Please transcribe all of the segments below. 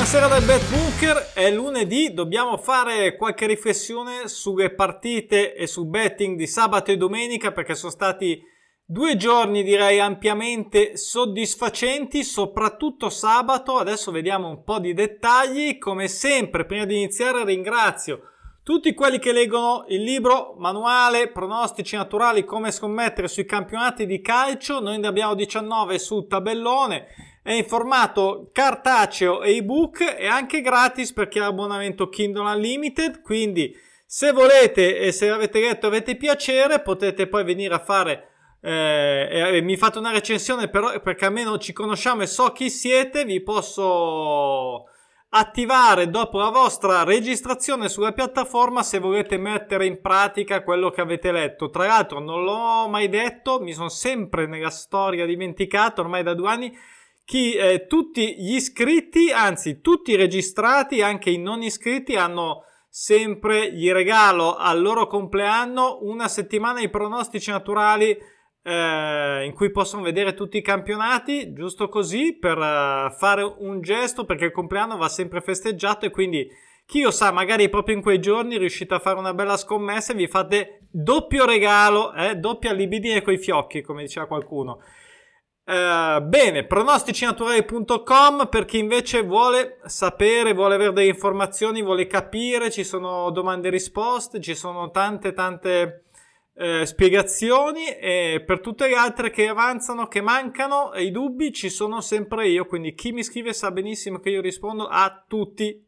Buonasera dal Bet Bunker, è lunedì, dobbiamo fare qualche riflessione sulle partite e sul betting di sabato e domenica perché sono stati 2 giorni direi ampiamente soddisfacenti, soprattutto sabato. Adesso vediamo un po' di dettagli. Come sempre, prima di iniziare ringrazio tutti quelli che leggono il libro manuale pronostici naturali come scommettere sui campionati di calcio. Noi ne abbiamo 19 sul tabellone, è in formato cartaceo e ebook e anche gratis per chi ha l'abbonamento Kindle Unlimited, quindi se volete e se avete letto e avete piacere potete poi venire a fare mi fate una recensione perché almeno ci conosciamo e so chi siete. Vi posso attivare dopo la vostra registrazione sulla piattaforma se volete mettere in pratica quello che avete letto. Tra l'altro non l'ho mai detto, mi sono sempre nella storia dimenticato ormai da 2 anni, tutti gli iscritti, anzi tutti i registrati, anche i non iscritti, hanno sempre, gli regalo al loro compleanno una settimana di pronostici naturali in cui possono vedere tutti i campionati, giusto così per fare un gesto, perché il compleanno va sempre festeggiato e quindi chi lo sa, magari proprio in quei giorni riuscite a fare una bella scommessa e vi fate doppio regalo, doppia libidine coi fiocchi, come diceva qualcuno. Bene, pronosticinaturali.com per chi invece vuole sapere, vuole avere delle informazioni, vuole capire, ci sono domande e risposte, ci sono tante spiegazioni, e per tutte le altre che avanzano, che mancano e i dubbi ci sono sempre io, quindi chi mi scrive sa benissimo che io rispondo a tutti.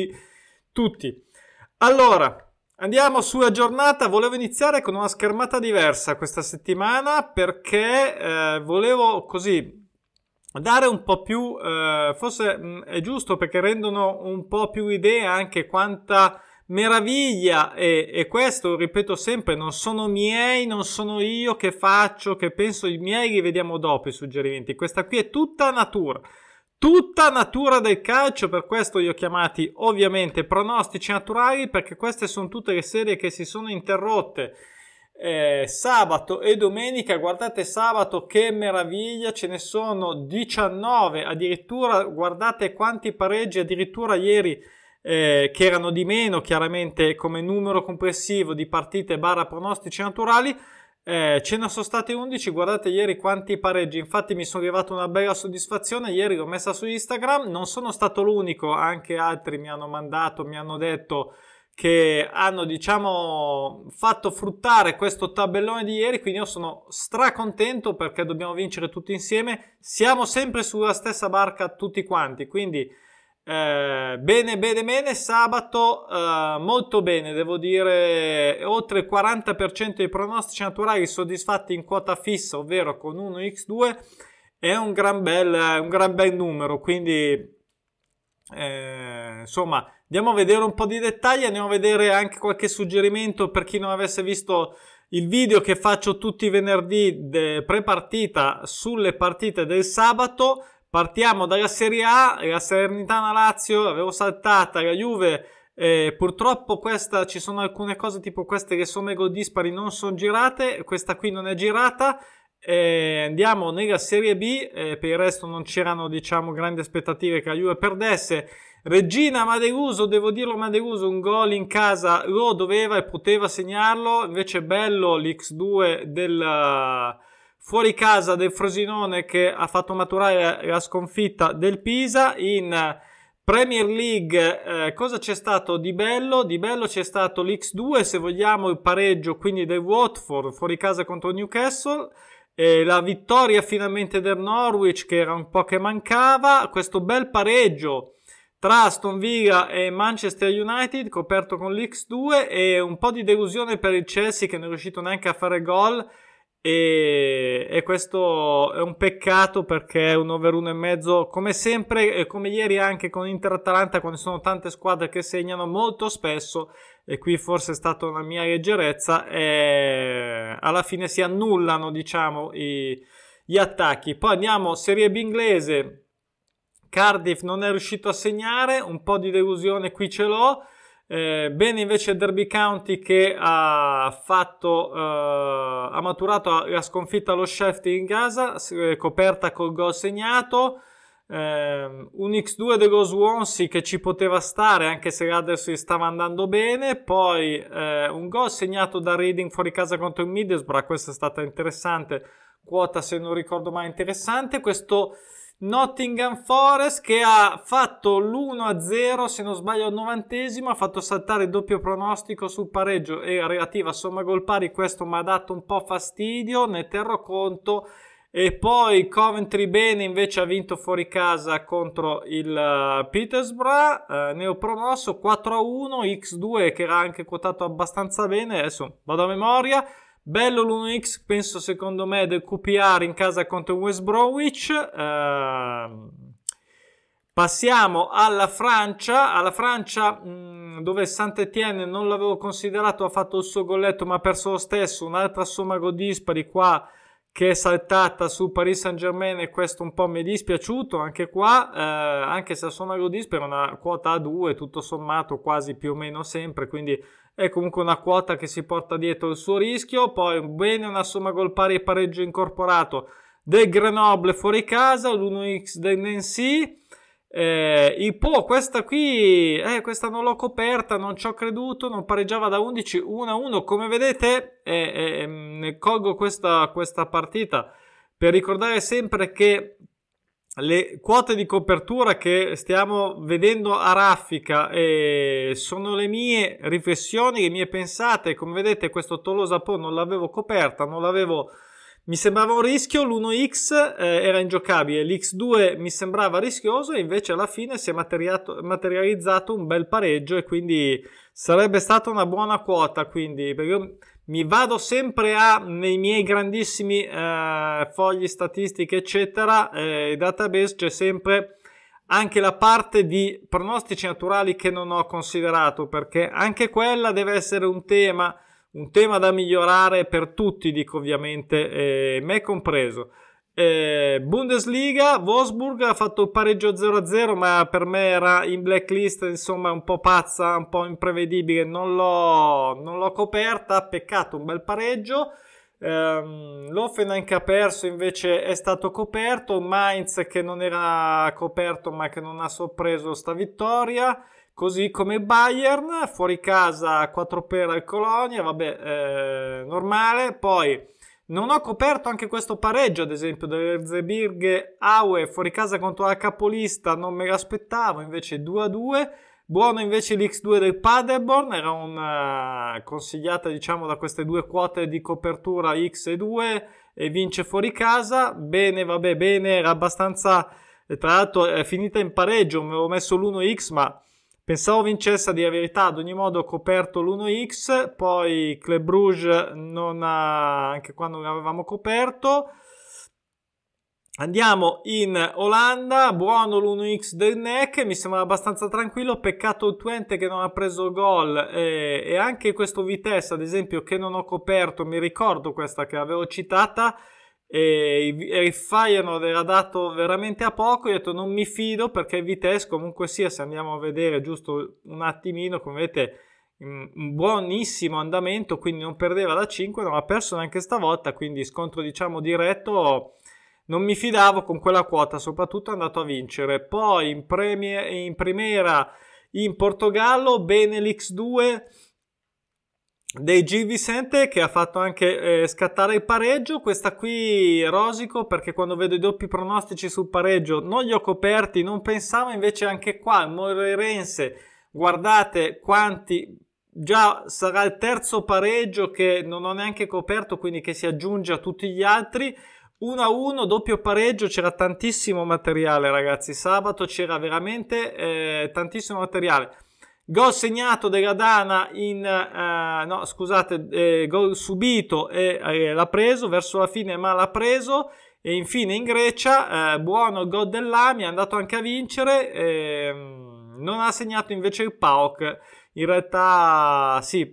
Allora, andiamo sulla giornata. Volevo iniziare con una schermata diversa questa settimana perché volevo così dare un po' più, forse è giusto perché rendono un po' più idea anche quanta meraviglia, e questo ripeto sempre, non sono miei, non sono io che faccio, che penso, i miei li vediamo dopo i suggerimenti. Questa qui è tutta natura del calcio, per questo li ho chiamati ovviamente pronostici naturali, perché queste sono tutte le serie che si sono interrotte sabato e domenica. Guardate sabato che meraviglia, ce ne sono 19 addirittura, guardate quanti pareggi addirittura ieri, che erano di meno chiaramente come numero complessivo di partite / pronostici naturali. Ce ne sono state 11, guardate ieri quanti pareggi, infatti mi sono arrivata una bella soddisfazione, ieri l'ho messa su Instagram, non sono stato l'unico, anche altri mi hanno detto che hanno fatto fruttare questo tabellone di ieri, quindi io sono stracontento perché dobbiamo vincere tutti insieme, siamo sempre sulla stessa barca tutti quanti, quindi bene, sabato molto bene, devo dire, oltre il 40% dei pronostici naturali soddisfatti in quota fissa, ovvero con 1x2, è un gran bel numero, quindi insomma andiamo a vedere un po' di dettagli, andiamo a vedere anche qualche suggerimento per chi non avesse visto il video che faccio tutti i venerdì pre-partita sulle partite del sabato. Partiamo dalla Serie A, la Salernitana Lazio l'avevo saltata, la Juve purtroppo ci sono alcune cose tipo queste, che somme gol dispari non sono girate, questa qui non è girata. Andiamo nella Serie B, per il resto non c'erano grandi aspettative che la Juve perdesse. Regina m'ha deluso, devo dirlo, m'ha deluso, un gol in casa lo doveva e poteva segnarlo, invece bello l'X2 del fuori casa del Frosinone che ha fatto maturare la sconfitta del Pisa. In Premier League cosa c'è stato di bello? Di bello c'è stato l'X2, se vogliamo il pareggio quindi del Watford fuori casa contro Newcastle, la vittoria finalmente del Norwich che era un po' che mancava, questo bel pareggio tra Aston Villa e Manchester United coperto con l'X2, e un po' di delusione per il Chelsea che non è riuscito neanche a fare gol. E questo è un peccato perché è un over 1,5 come sempre, e come ieri anche con Inter-Atalanta, quando sono tante squadre che segnano molto spesso, e qui forse è stata una mia leggerezza, e alla fine si annullano gli attacchi. Poi andiamo Serie B inglese, Cardiff non è riuscito a segnare, un po' di delusione qui ce l'ho. Bene invece Derby County che ha maturato la sconfitta allo Sheffield in casa, coperta col gol segnato. un X2 dello Swansea che ci poteva stare anche se adesso stava andando bene, poi un gol segnato da Reading fuori casa contro il Middlesbrough, questa è stata interessante, quota se non ricordo mai interessante. Questo Nottingham Forest che ha fatto l'1-0 se non sbaglio al 90esimo, ha fatto saltare il doppio pronostico sul pareggio e relativa somma gol pari, questo mi ha dato un po' fastidio, ne terrò conto. E poi Coventry bene invece ha vinto fuori casa contro il Petersburg, neopromosso 4-1, X2 che era anche quotato abbastanza bene, adesso vado a memoria. Bello l'1x, penso secondo me del QPR in casa contro West Bromwich. Passiamo alla Francia dove Saint-Étienne non l'avevo considerato, ha fatto il suo golletto ma ha perso lo stesso, un'altra somma gol dispari qua che è saltata su Paris Saint-Germain e questo un po' mi è dispiaciuto anche qua, anche se la somma gol dispari è una quota a 2 tutto sommato quasi più o meno sempre, quindi è comunque una quota che si porta dietro il suo rischio. Poi bene una somma gol pari e pareggio incorporato del Grenoble fuori casa, l'1x del Nancy. Il Po, questa qui questa non l'ho coperta, non ci ho creduto, non pareggiava da 11, 1-1. Come vedete ne colgo questa partita per ricordare sempre che le quote di copertura che stiamo vedendo a raffica sono le mie riflessioni, le mie pensate. Come vedete questo Tolosa Po non l'avevo coperta, mi sembrava un rischio, l'1x era ingiocabile, l'x2 mi sembrava rischioso e invece alla fine si è materializzato un bel pareggio e quindi sarebbe stata una buona quota, quindi perché io mi vado sempre nei miei grandissimi fogli statistiche eccetera, database c'è sempre anche la parte di pronostici naturali che non ho considerato, perché anche quella deve essere un tema da migliorare per tutti, dico ovviamente, me compreso. Bundesliga, Wolfsburg ha fatto il pareggio 0-0, ma per me era in blacklist, insomma un po' pazza, un po' imprevedibile, non l'ho coperta, peccato, un bel pareggio. L'Hoffenheim che ha perso invece è stato coperto, Mainz che non era coperto ma che non ha sorpreso sta vittoria, così come Bayern fuori casa 4 per al Colonia, vabbè, normale. Poi non ho coperto anche questo pareggio, ad esempio, dell'Erzgebirge Aue fuori casa contro la capolista, non me l'aspettavo, invece 2-2. Buono invece l'X2 del Paderborn, era un consigliata diciamo da queste due quote di copertura X e 2 e vince fuori casa. Bene, vabbè, bene, era abbastanza, tra l'altro è finita in pareggio, mi avevo messo l'1X ma pensavo vincesse, a dire la verità. Ad ogni modo ho coperto l'1x, poi Club Brugge anche quando l'avevamo coperto. Andiamo in Olanda, buono l'1x del NEC, mi sembra abbastanza tranquillo, peccato il Twente che non ha preso gol e anche questo Vitesse ad esempio che non ho coperto, mi ricordo questa che avevo citata, e il Feyenoord era dato veramente a poco, io ho detto non mi fido perché il Vitesse comunque sia, se andiamo a vedere giusto un attimino, come vedete un buonissimo andamento, quindi non perdeva da 5, non ha perso neanche stavolta, quindi scontro diciamo diretto, non mi fidavo con quella quota, soprattutto è andato a vincere. Poi in Primera in Portogallo bene l'X2 dei Gil Vicente che ha fatto anche scattare il pareggio. Questa qui rosico perché quando vedo i doppi pronostici sul pareggio non li ho coperti, non pensavo, invece anche qua il Moreirense, guardate quanti, già sarà il terzo pareggio che non ho neanche coperto, quindi che si aggiunge a tutti gli altri. 1-1, doppio pareggio, c'era tantissimo materiale ragazzi, sabato c'era veramente tantissimo materiale. Gol segnato della Dana gol subito e l'ha preso verso la fine ma l'ha preso. E infine in Grecia buono il gol dell'Ami, è andato anche a vincere, non ha segnato invece il PAOK, in realtà sì,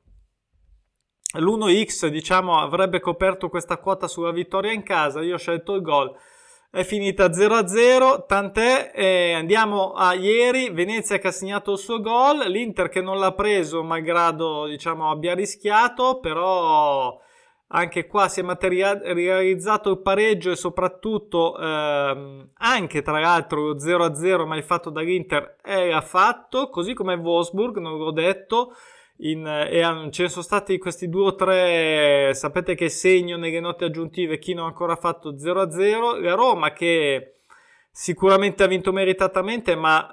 l'1x diciamo avrebbe coperto questa quota sulla vittoria in casa, io ho scelto il gol, è finita 0-0, tant'è. Andiamo a ieri, Venezia che ha segnato il suo gol, l'Inter che non l'ha preso malgrado diciamo abbia rischiato, però anche qua si è realizzato il pareggio e soprattutto anche tra l'altro lo 0-0 mai fatto dall'Inter era fatto, così come Wolfsburg, non l'ho detto, ce ne sono stati questi 2 o 3, sapete che segno nelle note aggiuntive chi non ha ancora fatto 0-0, la Roma che sicuramente ha vinto meritatamente, ma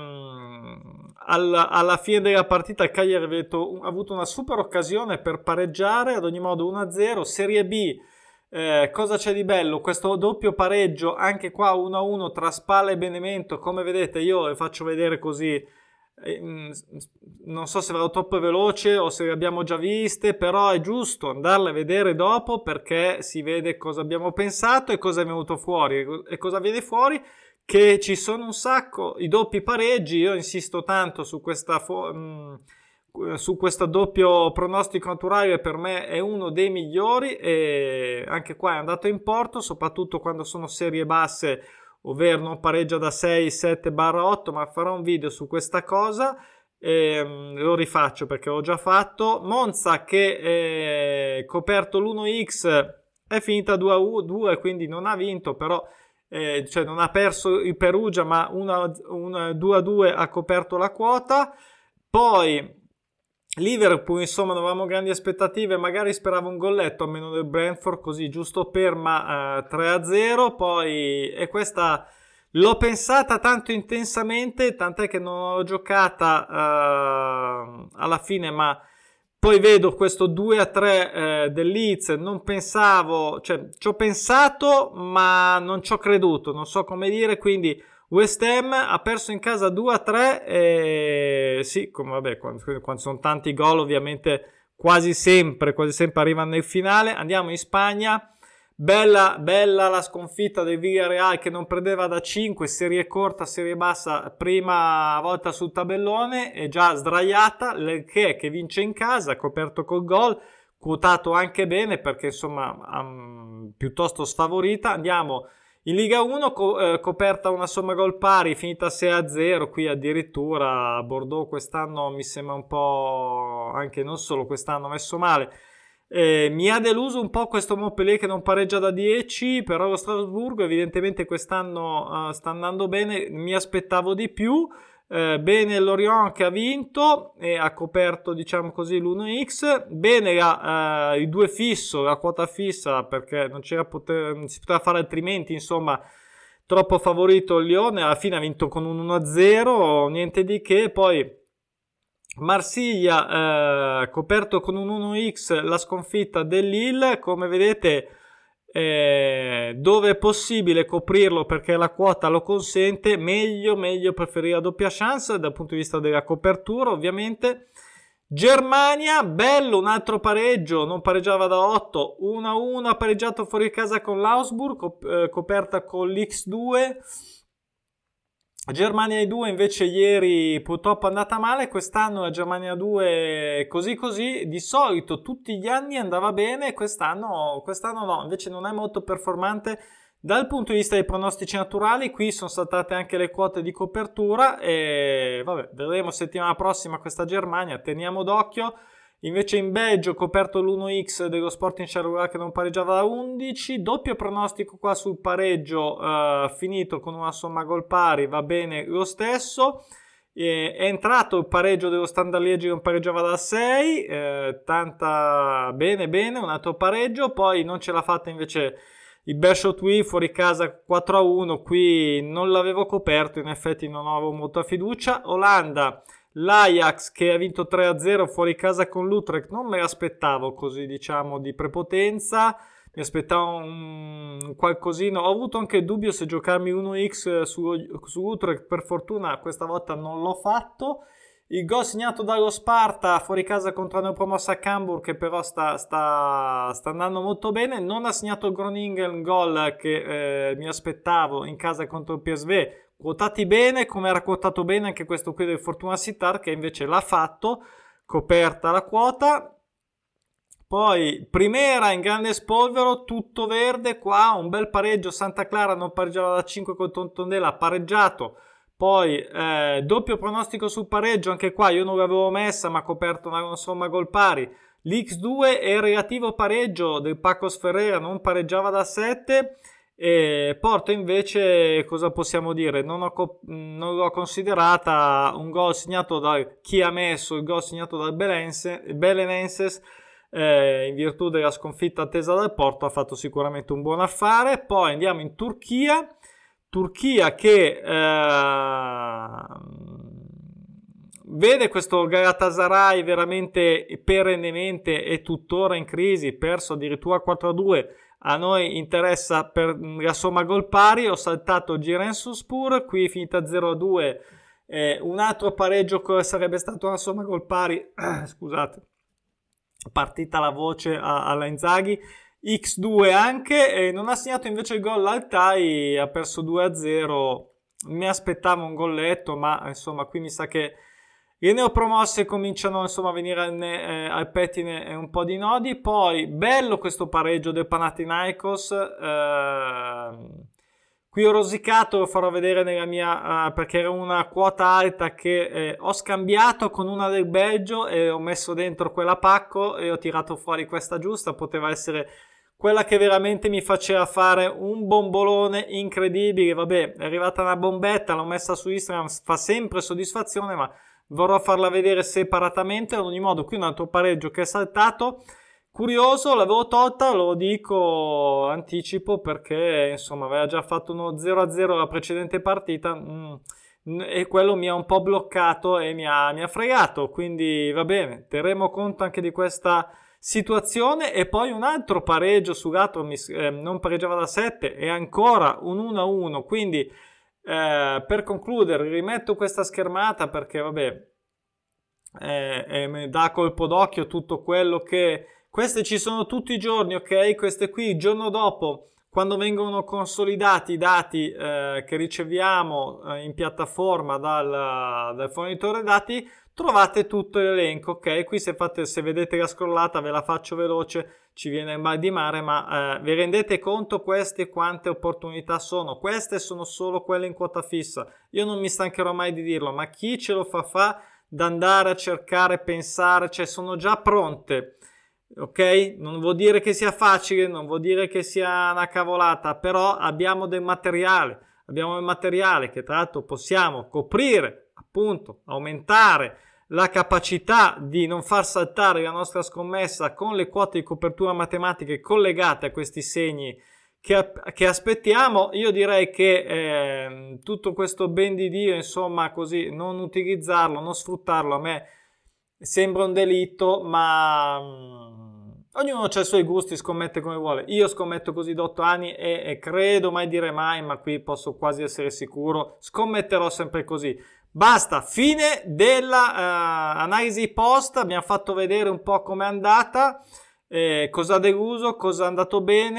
alla fine della partita il Cagliari ha avuto una super occasione per pareggiare, ad ogni modo 1-0. Serie B, cosa c'è di bello? Questo doppio pareggio, anche qua 1-1 tra Spalla e Benevento, come vedete io le faccio vedere così, non so se vado troppo veloce o se le abbiamo già viste, però è giusto andarle a vedere dopo perché si vede cosa abbiamo pensato e cosa è venuto fuori e cosa viene fuori, che ci sono un sacco i doppi pareggi. Io insisto tanto su questo doppio pronostico naturale, per me è uno dei migliori e anche qua è andato in porto, soprattutto quando sono serie basse, ovvero non pareggia da 6, 7/8, ma farò un video su questa cosa, lo rifaccio perché l'ho già fatto. Monza che coperto l'1x è finita 2-2, quindi non ha vinto, però cioè non ha perso il Perugia, ma 2-2 ha coperto la quota. Poi Liverpool, insomma, non avevamo grandi aspettative, magari speravo un golletto almeno del Brentford, così giusto per, ma 3-0. Poi e questa l'ho pensata tanto intensamente, tant'è che non l'ho giocata alla fine, ma poi vedo questo 2-3 del Leeds, non pensavo, cioè ci ho pensato ma non ci ho creduto, non so come dire, quindi West Ham ha perso in casa 2-3 e sì, come vabbè, quando sono tanti gol ovviamente quasi sempre arrivano nel finale. Andiamo in Spagna. Bella la sconfitta del Villarreal che non perdeva da 5, serie corta, serie bassa, prima volta sul tabellone, è già sdraiata, che vince in casa, coperto col gol, quotato anche bene perché insomma piuttosto sfavorita. Andiamo in Liga 1, coperta una somma gol pari, finita 6-0, qui addirittura Bordeaux quest'anno mi sembra un po', anche non solo quest'anno, messo male. Mi ha deluso un po' questo Montpellier che non pareggia da 10, però lo Strasburgo evidentemente quest'anno sta andando bene, mi aspettavo di più. Bene Lorient che ha vinto e ha coperto, diciamo così, l'1x. Bene il 2 fisso, la quota fissa, perché non si poteva fare altrimenti, insomma, troppo favorito il Lione, alla fine ha vinto con un 1-0, niente di che. Poi Marsiglia coperto con un 1x la sconfitta dell'Lille, come vedete dove è possibile coprirlo perché la quota lo consente, meglio preferire la doppia chance dal punto di vista della copertura ovviamente. Germania, bello, un altro pareggio, non pareggiava da 8, 1-1, ha pareggiato fuori casa con l'Augsburg, coperta con l'X2. Germania 2 invece ieri purtroppo è andata male, quest'anno la Germania 2 così, di solito tutti gli anni andava bene, quest'anno no, invece non è molto performante dal punto di vista dei pronostici naturali. Qui sono saltate anche le quote di copertura e vabbè, vedremo settimana prossima questa Germania, teniamo d'occhio. Invece in Belgio coperto l'1x dello Sporting Charleroi che non pareggiava da 11, doppio pronostico qua sul pareggio, finito con una somma gol pari, va bene lo stesso. È entrato il pareggio dello Standard Liegi che non pareggiava da 6, bene, un altro pareggio. Poi non ce l'ha fatta invece il Beerschot fuori casa 4-1, qui non l'avevo coperto, in effetti non avevo molta fiducia. Olanda, l'Ajax che ha vinto 3-0 fuori casa con l'Utrecht, non me l'aspettavo così, diciamo, di prepotenza, mi aspettavo un qualcosino, ho avuto anche il dubbio se giocarmi 1x su Utrecht, per fortuna questa volta non l'ho fatto. Il gol segnato dallo Sparta fuori casa contro la neopromossa Hamburg, che però sta andando molto bene. Non ha segnato Groningen, gol che mi aspettavo in casa contro il PSV, quotati bene, come era quotato bene anche questo qui del Fortuna Sittard, che invece l'ha fatto, coperta la quota. Poi Primera in grande spolvero, tutto verde, qua un bel pareggio, Santa Clara non pareggiava da 5 con Tondela, ha pareggiato. Poi doppio pronostico sul pareggio, anche qua io non l'avevo messa ma ha coperto una somma gol pari. L'X2 è il relativo pareggio del Pacos Ferreira, non pareggiava da 7. E Porto invece, cosa possiamo dire? Non l'ho considerata un gol segnato da chi ha messo il gol segnato dal Belenenses, in virtù della sconfitta attesa dal Porto. Ha fatto sicuramente un buon affare. Poi andiamo in Turchia che vede questo Galatasaray veramente perennemente e tuttora in crisi, perso addirittura 4-2. A noi interessa per la somma gol pari. Ho saltato Giresunspor, qui finita 0-2, un altro pareggio che sarebbe stato una somma gol pari. Scusate, partita la voce alla Inzaghi. X2 anche, non ha segnato invece il gol l'Altai, ha perso 2-0. Mi aspettavo un golletto, ma insomma qui mi sa che le neopromosse cominciano insomma a venire al pettine un po' di nodi. Poi bello questo pareggio del Panathinaikos, qui ho rosicato, lo farò vedere nella mia, perché era una quota alta che ho scambiato con una del Belgio e ho messo dentro quella pacco e ho tirato fuori questa giusta. Poteva essere quella che veramente mi faceva fare un bombolone incredibile. Vabbè, è arrivata una bombetta, l'ho messa su Instagram, fa sempre soddisfazione, ma vorrò farla vedere separatamente. Ad ogni modo, qui un altro pareggio che è saltato, curioso, l'avevo tolta, lo dico, anticipo, perché insomma aveva già fatto uno 0-0 la precedente partita, e quello mi ha un po' bloccato e mi ha fregato. Quindi va bene, terremo conto anche di questa situazione. E poi un altro pareggio su Gatto, non pareggiava da 7, e ancora un 1-1. Quindi per concludere rimetto questa schermata perché vabbè, mi dà colpo d'occhio tutto quello che queste ci sono tutti i giorni, ok? Queste qui il giorno dopo, quando vengono consolidati i dati che riceviamo in piattaforma dal fornitore dati, trovate tutto l'elenco, ok? Qui se vedete la scrollata, ve la faccio veloce, ci viene il mal di mare, ma vi rendete conto queste quante opportunità sono? Queste sono solo quelle in quota fissa. Io non mi stancherò mai di dirlo, ma chi ce lo fa da andare a cercare, pensare, cioè sono già pronte, ok? Non vuol dire che sia facile, non vuol dire che sia una cavolata, però abbiamo del materiale che tra l'altro possiamo coprire, appunto, aumentare la capacità di non far saltare la nostra scommessa con le quote di copertura matematiche collegate a questi segni che aspettiamo. Io direi che tutto questo ben di Dio, insomma, così, non utilizzarlo, non sfruttarlo, a me sembra un delitto, ma ognuno ha i suoi gusti, scommette come vuole. Io scommetto così da 8 anni e credo, mai dire mai, ma qui posso quasi essere sicuro, scommetterò sempre così. Basta, fine della analisi post. Abbiamo fatto vedere un po' com'è andata, cosa ha deluso, cosa è andato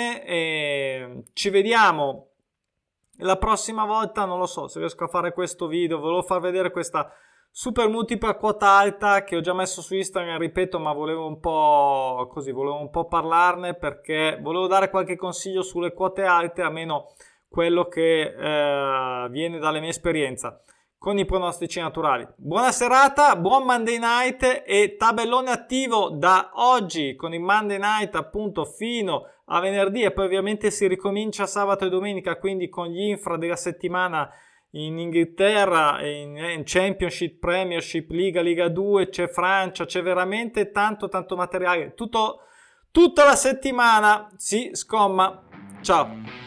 bene. Ci vediamo la prossima volta, non lo so se riesco a fare questo video. Volevo far vedere questa super multipla quota alta che ho già messo su Instagram, ripeto, ma volevo un po' parlarne, perché volevo dare qualche consiglio sulle quote alte, almeno quello che viene dalle mie esperienze con i pronostici naturali. Buona serata, buon Monday Night e tabellone attivo da oggi con il Monday Night appunto fino a venerdì, e poi ovviamente si ricomincia sabato e domenica, quindi con gli infra della settimana in Inghilterra, in Championship, Premiership, Liga 2, c'è Francia, c'è veramente tanto materiale, tutta la settimana si scomma. Ciao!